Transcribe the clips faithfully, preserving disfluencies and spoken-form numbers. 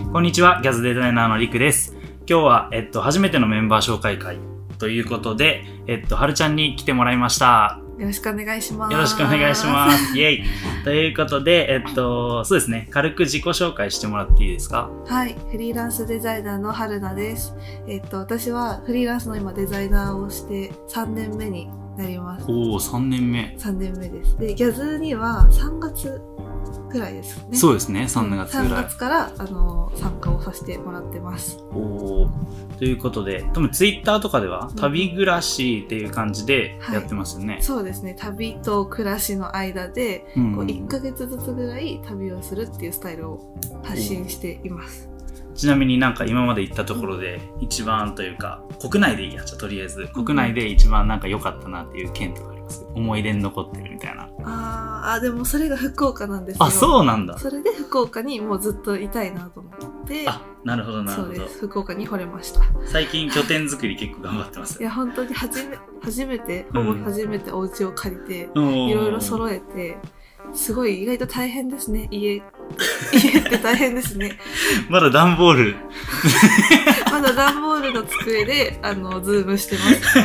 こんにちは、ギャズデザイナーのりくです。今日は、えっと、初めてのメンバー紹介会ということで、えっと、はるちゃんに来てもらいました。 よろしくお願いします。 よろしくお願いします。イェイということで、えっと、そうですね、軽く自己紹介してもらっていいですか？ はい、フリーランスデザイナーのはるなです。えっと、私はフリーランスの今デザイナーをしてさんねんめになります。 おー、さんねんめ。 さんねんめです。で、ギャズにはさんがつくらいですね。 そうですね、さんがつぐらい。 さんがつからあの参加をさせてもらってます。 おー、ということで、多分ツイッターとかでは、旅暮らしっていう感じでやってますよね。 はい、そうですね、旅と暮らしの間で、うん、こういっかげつずつぐらい旅をするっていうスタイルを発信しています。 ちなみになんか今まで行ったところで一番というか、国内でいいや、じゃあとりあえず国内で一番なんか良かったなっていう県とかあります？思い出に残ってるみたいな。 ああ、でもそれが福岡なんですよ。 あ、そうなんだ。 それで福岡にもうずっといたいなと思って。 あ、なるほどなるほど。 そうです。福岡に惚れました。 最近拠点作り結構頑張ってます。 いや本当に初め初めてほぼ初めてお家を借りて、うん、いろいろ揃えて。すごい意外と大変ですね。家、家って大変ですね。 まだ段ボール。 まだ段ボールの机で、あの、ズームして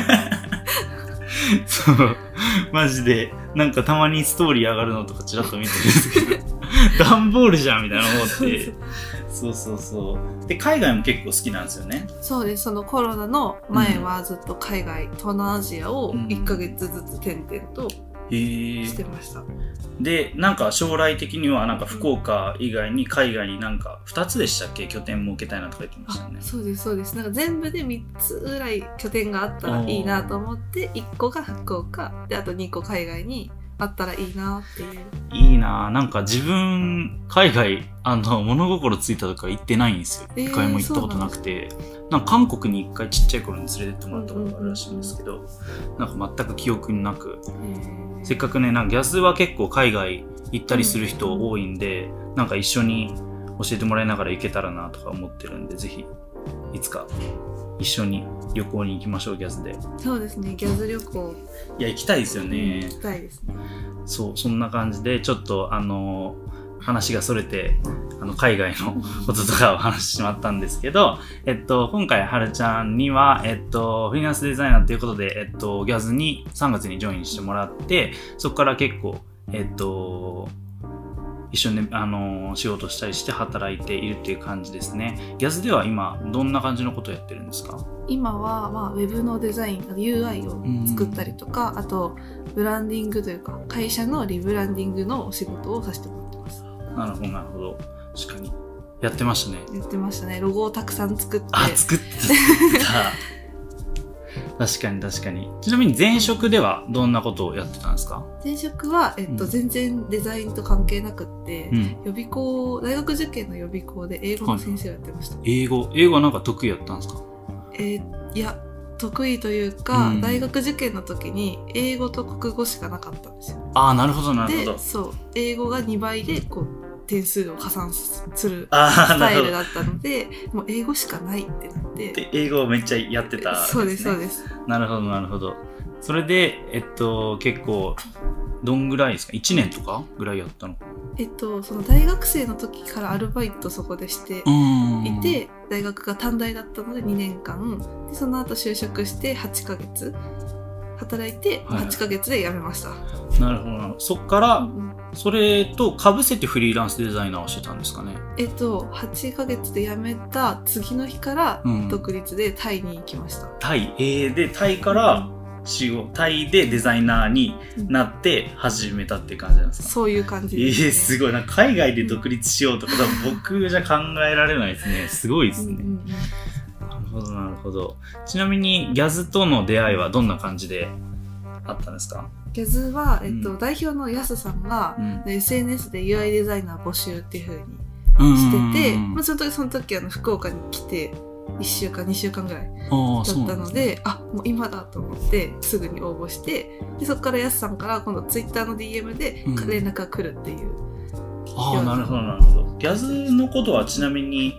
ます。そう。マジで、なんかたまにストーリー上がるのとかちらっと見てるんですけど、段ボールじゃんみたいな思って。そうそうそう。で、海外も結構好きなんですよね。 そうです。そのコロナの前はずっと海外、うん、東南アジアをいっかげつずつ転々と、してました。 で、なんか将来的にはなんか福岡以外に海外になんかふたつでしたっけ、拠点設けたいなとか言ってましたね。 そうですそうです。なんか全部でみっつぐらい拠点があったらいいなと思って、いっこが福岡で、あとにこ海外にあったらいいなっていう。 いいなぁ。なんか自分海外あの物心ついたとか行ってないんですよ。一、えー、回も行ったことなくて、なんか韓国に一回ちっちゃい頃に連れてってもらったことがあるらしいんですけど、うんうんうん、なんか全く記憶になく。えーせっかくね、なんかギャズは結構海外行ったりする人多いんで、うん、なんか一緒に教えてもらいながら行けたらなとか思ってるんで、ぜひいつか一緒に旅行に行きましょう、ギャズで。 そうですね、ギャズ旅行。 いや、行きたいですよね。 行きたいですね。 そう、そんな感じで、ちょっとあの、話がそれて、あの、海外のこととかを話してしまったんですけど、えっと、今回、はるちゃんには、えっと、フリーランスデザイナーということで、えっと、ギャズにさんがつにジョインしてもらって、そこから結構、えっと、一緒に、あの、仕事したりして働いているっていう感じですね。ギャズでは今、どんな感じのことをやってるんですか？ 今は、まあ、ウェブのデザイン、ユーアイ を作ったりとか、あと、ブランディングというか、会社のリブランディングのお仕事をさせてもらってます。 なるほど、なるほど。確かに。やってましたね。 やってましたね。ロゴをたくさん作って。 あ、作ってた。確かに確かに。ちなみに前職ではどんなことをやってたんですか？ 前職は、えっと、うん、全然デザインと関係なくって、うん、予備校、大学受験の予備校で英語の先生をやってました。 はい、英語英語はなんか得意やったんですか？ えー、いや、得意というか、うん、大学受験の時に英語と国語しかなかったんですよ。 ああ、なるほどなるほど。 で、そう、英語がにばいでこう点数を加算するスタイルだったので、もう英語しかないってなって。 で、英語をめっちゃやってた、ね。 そうですそうです。 なるほどなるほど。それでえっと結構どんぐらいですか？いちねんとかぐらいやったの？ えっと、その大学生の時からアルバイトそこでしていて、大学が短大だったのでにねんかん、でその後就職してはちかげつ働いてはちかげつで辞めました。はい、 なるほどな。そっから、うん、それと被せてフリーランスデザイナーをしてたんですかね？ えっと、はちかげつで辞めた次の日から独立でタイに行きました。うん、 タイ、えー、で、タイから、うんタイでデザイナーになって始めたって感じなんですか？ そういう感じです、 ね。えー、すごい。なんか海外で独立しようとか、多分僕じゃ考えられないですね。すごいですね。うんうんうん、なるほど、なるほど。ちなみに、ギャズとの出会いはどんな感じであったんですか？ ギャズは、えっと、うん、代表のヤスさんが、うん、エスエヌエス で ユーアイ デザイナー募集っていう風にしてて、まあ、その時、その時あの福岡に来て、いっしゅうかんにしゅうかんぐらいだったので、あ、もう今だと思ってすぐに応募して、でそこからやすさんから今度ツイッターの ディーエム で連絡が来るっていう、 うん、ああ、なるほどなるほど。ギャズのことはちなみに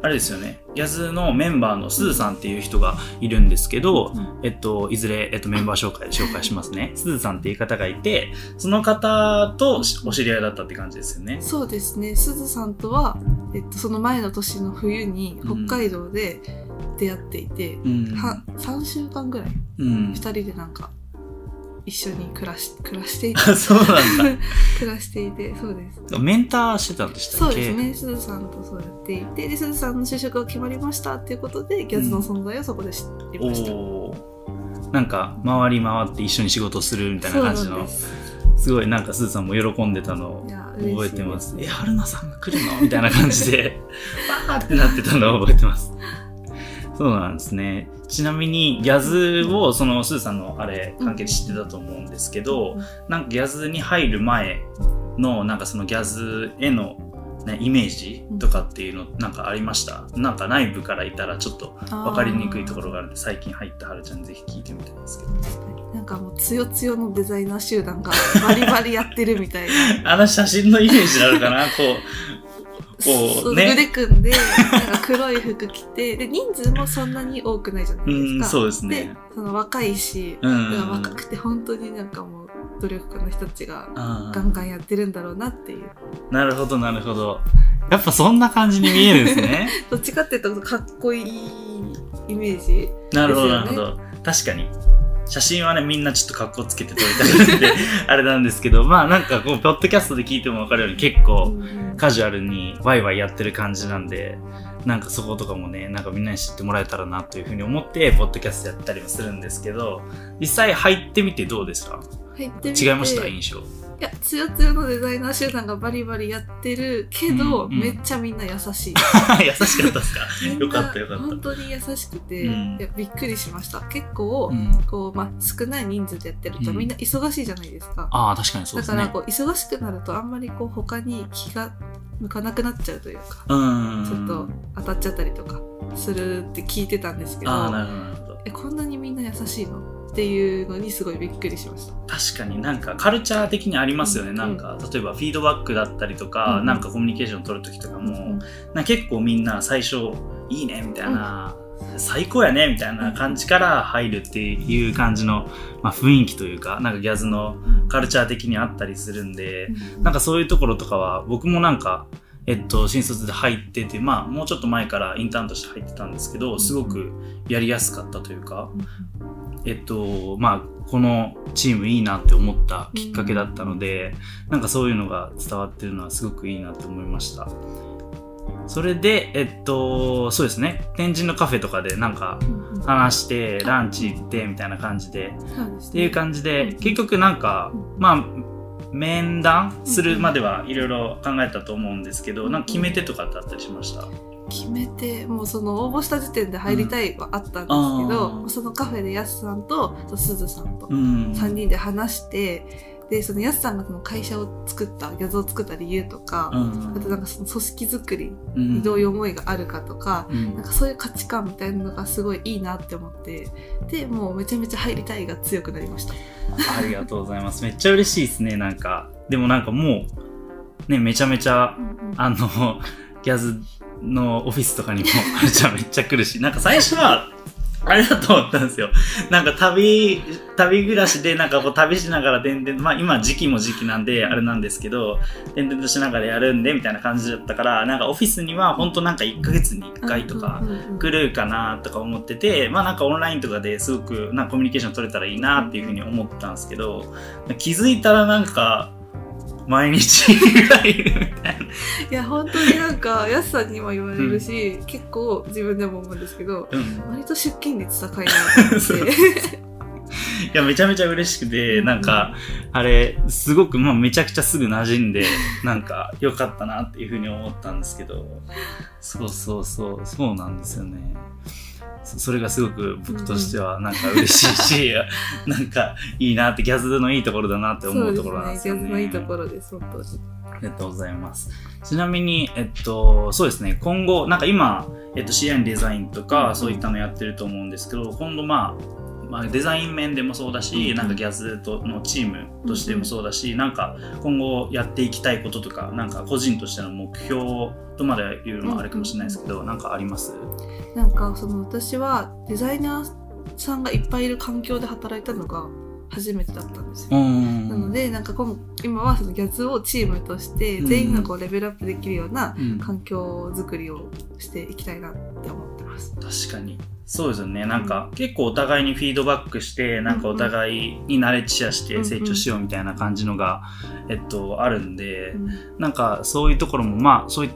あれですよね、ヤズのメンバーのすずさんっていう人がいるんですけど、うん、えっと、いずれ、えっと、メンバー紹介、紹介しますね。すずさんっていう方がいて、その方とお知り合いだったって感じですよね。 そうですね。すずさんとは、えっと、その前の年の冬に北海道で出会っていて、うん、はさんしゅうかんぐらい、うん、ふたりでなんか、一緒に暮らし、暮らしていて。 そうなんだ。 暮らしていて、そうです。 メンターしてたんでしたっけ？ そうですね。すずさんとそうやっていて、で、すずさんの就職が決まりましたっていうことで、ギャズの存在をそこで知りました。うん、おー。なんか、回り回って一緒に仕事するみたいな感じの、す, すごいなんかすずさんも喜んでたのを覚えてます。え、はるなさんが来るのみたいな感じで、バーってなってたのを覚えてます。そうなんですね。ちなみにギャズをそのスーさんのあれ関係で知ってたと思うんですけど、うん、なんかギャズに入る前のなんかそのギャズへの、ね、イメージとかっていうのなんかありました？なんか内部からいたらちょっと分かりにくいところがあるんで、最近入ったはるちゃんにぜひ聞いてみたいんですけど。 なんかもうつよつよのデザイナー集団がバリバリやってるみたいな。 あの写真のイメージなのかなこう。 こうね、腕組んでなんか黒い服着てで人数もそんなに多くないじゃないですか。うん、 そうですね。 でその若いし、うん、若くて本当になんかもう努力家の人たちがガンガンやってるんだろうなっていう。 なるほどなるほど。やっぱそんな感じに見えるんですね。 どっちかっていうとかっこいいイメージですよね。 なるほどなるほど。確かに。写真はね、みんなちょっと格好つけて撮りたくて、あれなんですけど、まあなんかこう、ポッドキャストで聞いても分かるように結構カジュアルにワイワイやってる感じなんで、なんかそことかもね、なんかみんなに知ってもらえたらなというふうに思って、ポッドキャストやったりもするんですけど、実際入ってみてどうですか？ 入ってみて。 違いました？印象。 いや、つよつよのデザイナー集団がバリバリやってるけど、うんうん、めっちゃみんな優しい。 優しかったですか？よかったよかった。 本当に優しくて、うん、いやびっくりしました。結構、うん、こう、まあ、少ない人数でやってるとみんな忙しいじゃないですか。 うん、ああ、確かにそうですね。 だからこう、忙しくなるとあんまりこう、他に気が向かなくなっちゃうというか、うんちょっと当たっちゃったりとかするって聞いてたんですけど、 ああ、なるほどなるほど。 え、こんなにみんな優しいの？っていうのにすごいびっくりしました。 確かになんかカルチャー的にありますよね、うん、なんか例えばフィードバックだったりとか、うん、なんかコミュニケーション取るときとかも、うん、なんか結構みんな最初いいねみたいな、うん、最高やねみたいな感じから入るっていう感じの、まあ、雰囲気というかなんかギャズのカルチャー的にあったりするんで、うん、なんかそういうところとかは僕もなんかえっと、新卒で入ってて、まあ、もうちょっと前からインターンとして入ってたんですけど、すごくやりやすかったというか、えっと、まあ、このチームいいなって思ったきっかけだったので、なんかそういうのが伝わってるのはすごくいいなって思いました。それで、えっと、そうですね、天神のカフェとかでなんか話して、ランチ行ってみたいな感じで、っていう感じで、結局なんか、まあ、面談するまではいろいろ考えたと思うんですけど、なんか決め手とかってあったりしました？ 決めてもうその応募した時点で入りたいはあったんですけど、うん、そのカフェでやすさんとすずさんとさんにんで話して、うん、でそのやすさんがその会社を作ったギャズを作った理由とか、うん、あとなんかその組織作りにどういう思いがあるかとか、うん、なんかそういう価値観みたいなのがすごいいいなって思って、でもうめちゃめちゃ入りたいが強くなりました。 ありがとうございます。めっちゃ嬉しいですね。なんかでもなんかもうねめちゃめちゃ、うんうん、あのギャズのオフィスとかにもあれじゃめっちゃ来るし、なんか最初はあれだと思ったんですよ。なんか旅旅暮らしでなんかこう旅しながら点々と、まあ今時期も時期なんであれなんですけど、点々としながらやるんでみたいな感じだったから、なんかオフィスには本当なんかいっかげつにいっかいとか来るかなとか思ってて、まあなんかオンラインとかですごくなんかコミュニケーション取れたらいいなっていうふうに思ったんですけど、気づいたらなんか毎日ぐらいいるみたいな。いや本当になんかやすさんにも言われるし、うん、結構自分でも思うんですけど、うん、割と出勤率高いなと思っていやめちゃめちゃ嬉しくて、なんかあれすごくまあめちゃくちゃすぐ馴染んでなんか良かったなっていうふうに思ったんですけど、そうそうそうそうなんですよね。それがすごく僕としてはなんか嬉しいし、うん、なんかいいなってギャズのいいところだなって思うところなんですよね。 ギャズのいいところです本当に。 ありがとうございます。ちなみにえっとそうですね、今後なんか今えっと シーアイ のデザインとかそういったのやってると思うんですけど、今度まあまあ、デザイン面でもそうだし、うん、なんかギャズとのチームとしてもそうだし、うん、なんか今後やっていきたいこととか、なんか個人としての目標とまで言うのもあれかもしれないですけど、うん、なんかあります？ なんかその私はデザイナーさんがいっぱいいる環境で働いたのが初めてだったんですよ。なのでなんか今今はそのギャズをチームとして全員がこうレベルアップできるような環境づくりをしていきたいなって思ってます。 確かにそうですよね。なんか、うん、結構お互いにフィードバックして、なんかお互いにナレッジシェアして成長しようみたいな感じのが、うんうん、えっと、あるんで、うん、なんかそういうところも、まあそういった、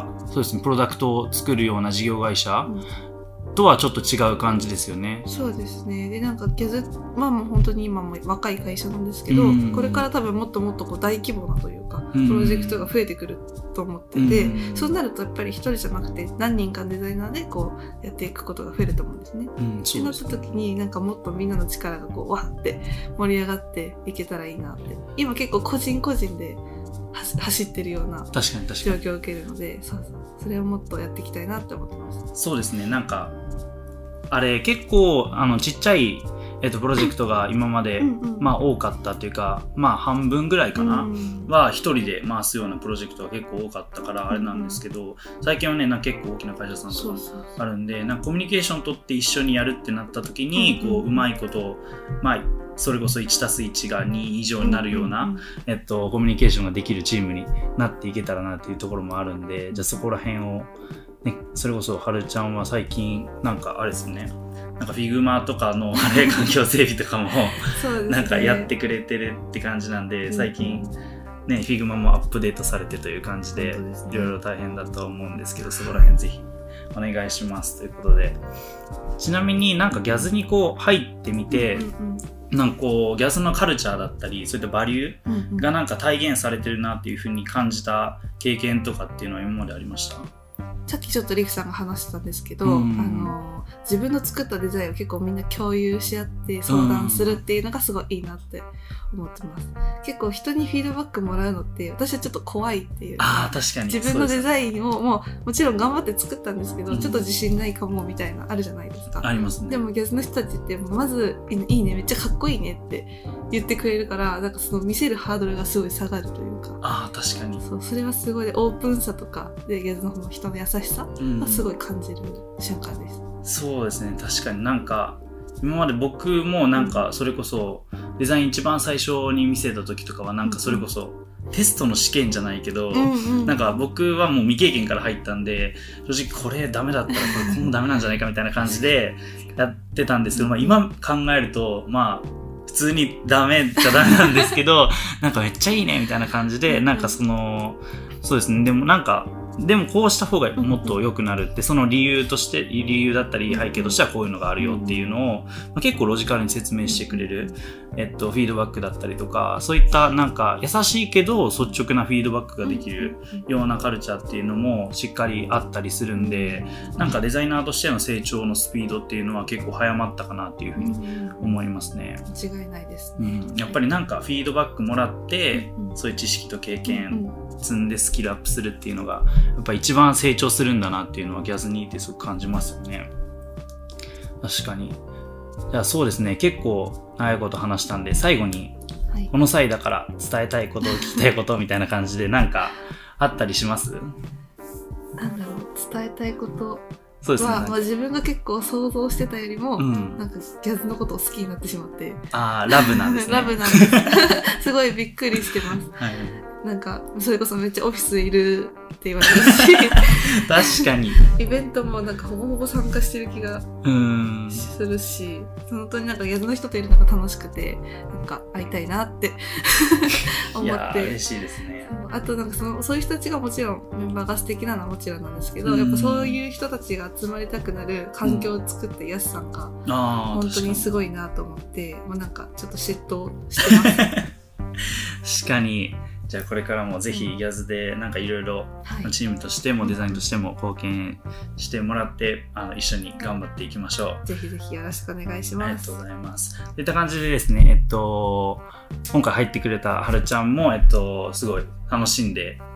そうですね、プロダクトを作るような事業会社、うんとはちょっと違う感じですよね。 そうですね。でなんかギャズまあもう本当に今も若い会社なんですけど、うん、これから多分もっともっとこう大規模なというか、うん、プロジェクトが増えてくると思ってて、うん、そうなるとやっぱり一人じゃなくて何人かデザイナーでこうやっていくことが増えると思うんですね。うん、そうですね。ってなった時になんかもっとみんなの力がこうわって盛り上がっていけたらいいなって。今結構個人個人で走ってるような状況を受けるので、そうそう、それをもっとやっていきたいなって思ってます。 そうですね。なんかあれ結構あのちっちゃい、えっと、プロジェクトが今まで、うんうん、まあ多かったというか、まあ半分ぐらいかな、うん、は一人で回すようなプロジェクトが結構多かったからあれなんですけど、うん、最近はねなんか結構大きな会社さんとかあるんで、なんかコミュニケーション取って一緒にやるってなった時に、うんうん、こううまいことまあそれこそいちたすいちがに以上になるような、うんうんうん、えっと、コミュニケーションができるチームになっていけたらなっていうところもあるんで、じゃあそこら辺をね、それこそはるちゃんは最近なんかあれですね、なんか Figma とかのあれ環境整備とかもなんかやってくれてるって感じなんで、最近ね Figma もアップデートされてという感じでいろいろ大変だとは思うんですけど、そこら辺ぜひお願いしますということで、ちなみになんかギャズにこう入ってみて、うんうんうん、なんかこうギャズのカルチャーだったりそういったバリューがなんか体現されてるなっていう風に感じた経験とかっていうのは今までありました？ さっきちょっとリクさんが話してたんですけど、うん、あの自分の作ったデザインを結構みんな共有し合って相談するっていうのがすごいいいなって思ってます。結構人にフィードバックもらうのって私はちょっと怖いっていうか、 あ、確かに自分のデザインをもうもちろん頑張って作ったんですけど、うん、ちょっと自信ないかもみたいなあるじゃないですか。 ありますね。 でもギャズの人たちってまずいいねめっちゃかっこいいねって言ってくれるから、なんかその見せるハードルがすごい下がるというか、 あ、確かにそう、それはすごいオープンさとかでギャズの方の人の優しさがすごい感じる瞬間です。 うん、そうですね。確かになんか今まで僕もなんかそれこそデザイン一番最初に見せた時とかはなんかそれこそテストの試験じゃないけど、うんうん、なんか僕はもう未経験から入ったんで、正直これダメだったらこれ今後ダメなんじゃないかみたいな感じでやってたんですけど、まあ今考えるとまあ普通にダメじゃダメなんですけどなんかめっちゃいいねみたいな感じで、なんかそのそうですね、でもなんかでもこうした方がもっと良くなるって、その理由として理由だったり背景としてはこういうのがあるよっていうのを、まあ、結構ロジカルに説明してくれる、えっと、フィードバックだったりとか、そういったなんか優しいけど率直なフィードバックができるようなカルチャーっていうのもしっかりあったりするんで、なんかデザイナーとしての成長のスピードっていうのは結構早まったかなっていうふうに思いますね。 間違いないですね、うん、やっぱりなんかフィードバックもらって、そういう知識と経験積んでスキルアップするっていうのがやっぱ一番成長するんだなっていうのはギャズにいてすごく感じますよね。確かに。じゃあそうですね、結構長いこと話したんで最後に、はい、この際だから伝えたいこと聞きたいことみたいな感じで何かあったりします？ なんだろう、伝えたいことそうですね、 まあ、自分が結構想像してたよりも、うん、なんかギャズのことを好きになってしまって、 あーラブなんですねラブなんですすごいびっくりしてます、はい、なんかそれこそめっちゃオフィスいるって言われるし確かにイベントもなんかほぼほぼ参加してる気がするし、本当になんかギャズの人といるのが楽しくて、なんか会いたいなって思って。いや嬉しいですね。 あとなんかそのそういう人たちがもちろんメンバーが素敵なのはもちろんなんですけど、うん、やっぱそういう人たちが集まりたくなる環境を作ってやすさんが本当にすごいなと思って、もうなんかちょっと嫉妬してます確かに。じゃあこれからもぜひギャズでなんかいろいろチームとしてもデザインとしても貢献してもらって、あの一緒に頑張っていきましょう。 ぜひぜひよろしくお願いします。 ありがとうございます。といった感じでですね、えっと今回入ってくれたはるちゃんもえっとすごい楽しんで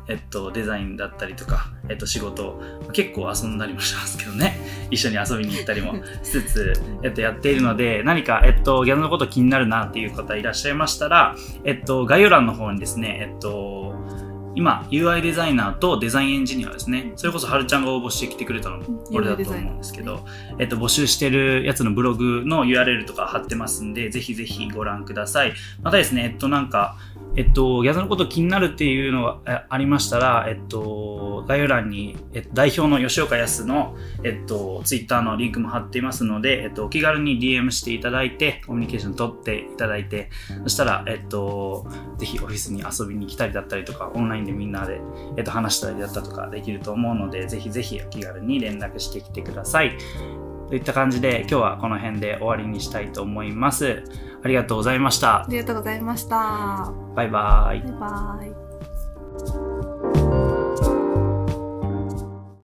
えっと、デザインだったりとか、えっと、仕事、結構遊んだりもしますけどね。一緒に遊びに行ったりもしつつ、えっと、やっているので、何か、えっと、ギャズのこと気になるなっていう方いらっしゃいましたら、えっと、概要欄の方にですね、えっと、今 ユーアイ デザイナーとデザインエンジニアですね、それこそはるちゃんが応募してきてくれたのも俺だと思うんですけど、えっと、募集してるやつのブログの ユーアールエル とか貼ってますんで、ぜひぜひご覧ください。またですね、えっとなんかえっと、ギャズのこと気になるっていうのがありましたら、えっと、概要欄に、えっと、代表の吉岡康の、えっと、ツイッターのリンクも貼っていますので、えっと、お気軽に ディーエム していただいて、コミュニケーション取っていただいて、そしたら、えっと、ぜひオフィスに遊びに来たりだったりとか、オンラインでみんなで、えっと、話したりだったとかできると思うので、ぜひぜひお気軽に連絡してきてください。といった感じで、今日はこの辺で終わりにしたいと思います。ありがとうございました。 ありがとうございました。 バイバイ。 バイバイ。